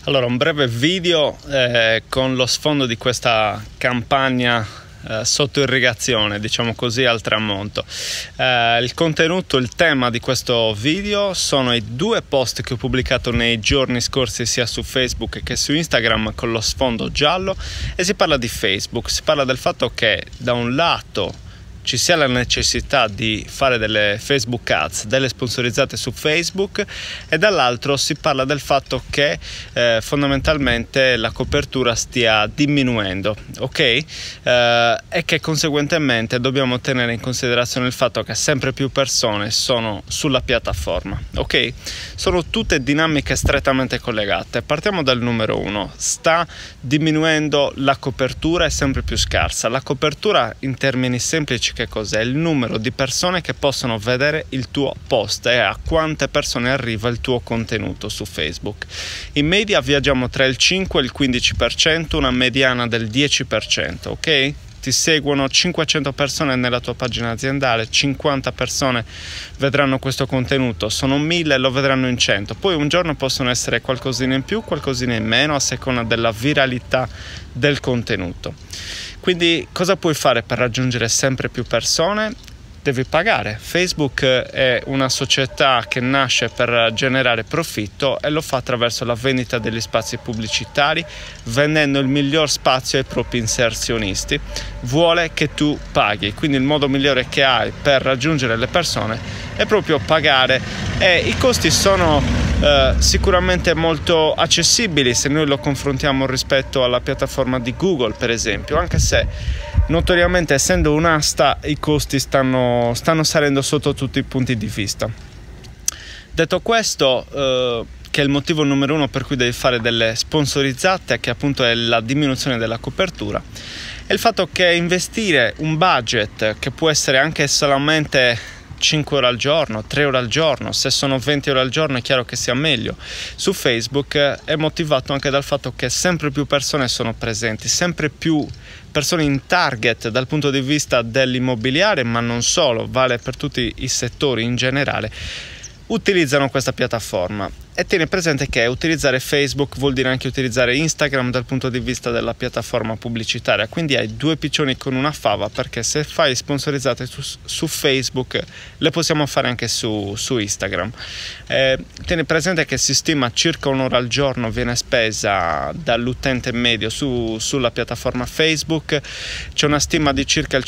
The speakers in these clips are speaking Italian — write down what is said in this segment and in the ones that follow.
Allora, un breve video con lo sfondo di questa campagna sotto irrigazione, diciamo così, al tramonto. Il contenuto, il tema di questo video sono i due post che ho pubblicato nei giorni scorsi sia su Facebook che su Instagram con lo sfondo giallo, e si parla di Facebook, si parla del fatto che da un lato ci sia la necessità di fare delle Facebook Ads, delle sponsorizzate su Facebook, e dall'altro si parla del fatto che fondamentalmente la copertura stia diminuendo, ok? E che conseguentemente dobbiamo tenere in considerazione il fatto che sempre più persone sono sulla piattaforma, ok? Sono tutte dinamiche strettamente collegate. Partiamo dal numero 1. Sta diminuendo la copertura, è sempre più scarsa. La copertura, in termini semplici, che cos'è? Il numero di persone che possono vedere il tuo post e a quante persone arriva il tuo contenuto su Facebook. In media viaggiamo tra il 5 e il 15%, una mediana del 10%, ok? Ti seguono 500 persone nella tua pagina aziendale, 50 persone vedranno questo contenuto, sono 1000 lo vedranno in 100, poi un giorno possono essere qualcosina in più, qualcosina in meno a seconda della viralità del contenuto. Quindi cosa puoi fare per raggiungere sempre più persone? Devi pagare. Facebook è una società che nasce per generare profitto e lo fa attraverso la vendita degli spazi pubblicitari, vendendo il miglior spazio ai propri inserzionisti. Vuole che tu paghi, quindi il modo migliore che hai per raggiungere le persone è proprio pagare, e i costi sono sicuramente molto accessibili se noi lo confrontiamo rispetto alla piattaforma di Google, per esempio, anche se notoriamente, essendo un'asta, i costi stanno salendo sotto tutti i punti di vista. Detto questo, che è il motivo numero 1 per cui devi fare delle sponsorizzate, che appunto è la diminuzione della copertura, è il fatto che investire un budget che può essere anche solamente 5 ore al giorno, 3 ore al giorno, se sono 20 ore al giorno è chiaro che sia meglio. Su Facebook è motivato anche dal fatto che sempre più persone sono presenti, sempre più persone in target dal punto di vista dell'immobiliare, ma non solo, vale per tutti i settori in generale, utilizzano questa piattaforma. E tieni presente che utilizzare Facebook vuol dire anche utilizzare Instagram dal punto di vista della piattaforma pubblicitaria, quindi hai due piccioni con una fava, perché se fai sponsorizzate su Facebook le possiamo fare anche su Instagram. Tieni presente che si stima circa un'ora al giorno viene spesa dall'utente medio sulla piattaforma Facebook. C'è una stima di circa il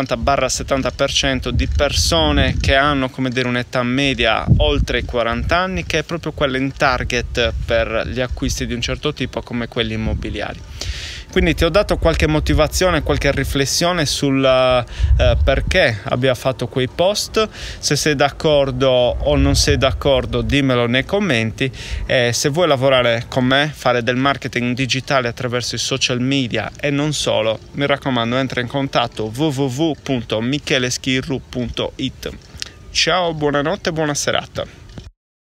50-70% di persone che hanno, come dire, un'età media oltre i 40 anni, che è proprio quella in target per gli acquisti di un certo tipo, come quelli immobiliari. Quindi ti ho dato qualche motivazione, qualche riflessione sul perché abbia fatto quei post. Se sei d'accordo o non sei d'accordo, dimmelo nei commenti. Se vuoi lavorare con me, fare del marketing digitale attraverso i social media e non solo, mi raccomando, entra in contatto www.micheleschirru.it. Ciao, buonanotte e buona serata.